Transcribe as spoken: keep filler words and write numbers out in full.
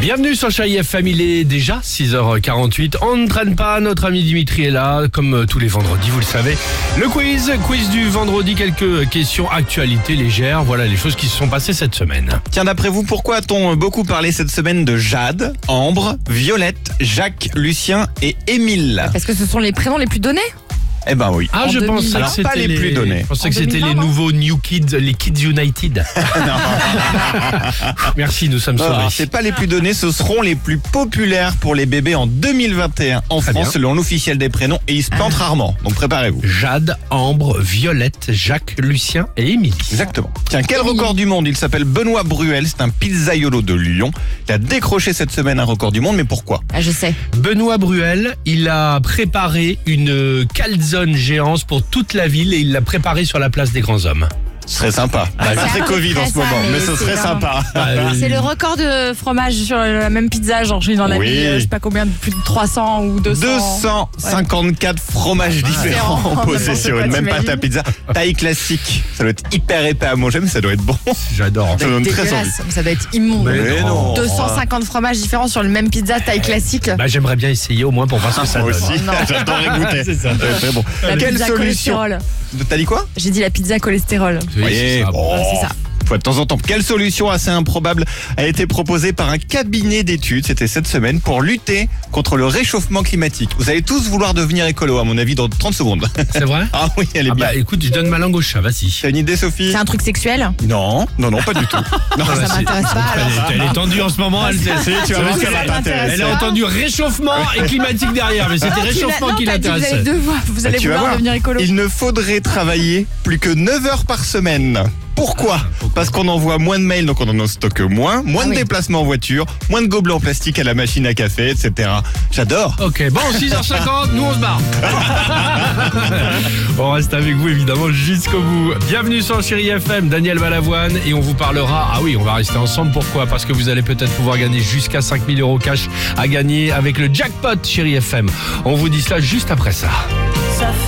Bienvenue sur Chérie F M, il est déjà six heures quarante-huit. On ne traîne pas, notre ami Dimitri est là, comme tous les vendredis, vous le savez. Le quiz, quiz du vendredi, quelques questions actualités légères. Voilà les choses qui se sont passées cette semaine. Tiens, d'après vous, pourquoi a-t-on beaucoup parlé cette semaine de Jade, Ambre, Violette, Jacques, Lucien et Émile? Parce que ce sont les prénoms les plus donnés. Eh ben oui. Ah, En je pensais deux mille vingt. que c'était Pas les plus donnés. Je pensais En que c'était deux mille les vingt, non nouveaux New Kids, les Kids United. Merci, nous sommes Non, sauvés. alors, c'est pas les plus donnés, ce seront les plus populaires pour les bébés en deux mille vingt et un en Très France, bien. selon l'officiel des prénoms, et ils se plantent rarement, donc préparez-vous. Jade, Ambre, Violette, Jacques, Lucien et Émilie. Exactement. Tiens, quel record du monde? Il s'appelle Benoît Bruel, c'est un pizzaiolo de Lyon. Il a décroché cette semaine un record du monde, mais pourquoi? Ah, je sais. Benoît Bruel, il a préparé une calzone géante pour toute la ville et il l'a préparée sur la place des grands hommes. Ce serait sympa. Bah, c'est c'est à très peu Covid près en ce ça, moment, mais mais ce c'est serait vraiment- sympa. Euh, C'est le record de fromage sur la même pizza, genre il en a Oui. mis euh, je sais pas combien, plus de trois cents ou deux cents. deux cent cinquante-quatre fromages différents Différents. en possession, N'importe quoi, même pas ta t'imagines pizza. Taille classique, ça doit être hyper épais à manger, mais ça doit être bon. J'adore. Ça donne très envie. Dégueulasse, ça doit être immonde. Mais Mais non. non. deux cent cinquante fromages différents sur le même pizza taille classique. Bah, j'aimerais bien essayer au moins pour voir ce que ça Moi donne. aussi, Non. j'adorerais goûter. C'est ça. Ça doit être très bon. La Quelle pizza solution? cholestérol. T'as dit quoi? J'ai dit la pizza cholestérol. Oui, Oui, c'est ça. bon. Ouais, c'est ça. Faut de temps en temps. Quelle solution assez improbable a été proposée par un cabinet d'études, c'était cette semaine, pour lutter contre le réchauffement climatique? Vous allez tous vouloir devenir écolo, à mon avis, dans trente secondes. C'est vrai? Ah oui, elle est Ah bien. bah écoute, je donne ma langue au chat, vas-y. T'as une idée, Sophie? C'est un truc sexuel. Non, non, non, pas du tout. Non, Ah bah, Ça c'est- m'intéresse pas Elle alors. est, elle est tendue en ce moment, elle, Si, tu vas voir, ça va t'intéresser. elle a entendu réchauffement et climatique derrière, mais c'était Ah, tu l'as- réchauffement non, qui t'as dit, Vous allez, l'intéressait. devoir, vous allez Tu vas vouloir voir. devenir écolo. Il ne faudrait travailler plus que neuf heures par semaine. Pourquoi? Parce qu'on envoie moins de mails, donc on en stocke moins, moins Ah de oui. déplacements en voiture, moins de gobelets en plastique à la machine à café, et cetera. J'adore. Ok, bon, six heures cinquante, nous on se barre. On reste avec vous évidemment jusqu'au bout. Bienvenue sur Chérie F M, Daniel Balavoine, et on vous parlera. Ah oui, on va rester ensemble. Pourquoi? Parce que vous allez peut-être pouvoir gagner jusqu'à cinq mille euros cash à gagner avec le jackpot Chérie F M. On vous dit cela juste après ça. Ça fait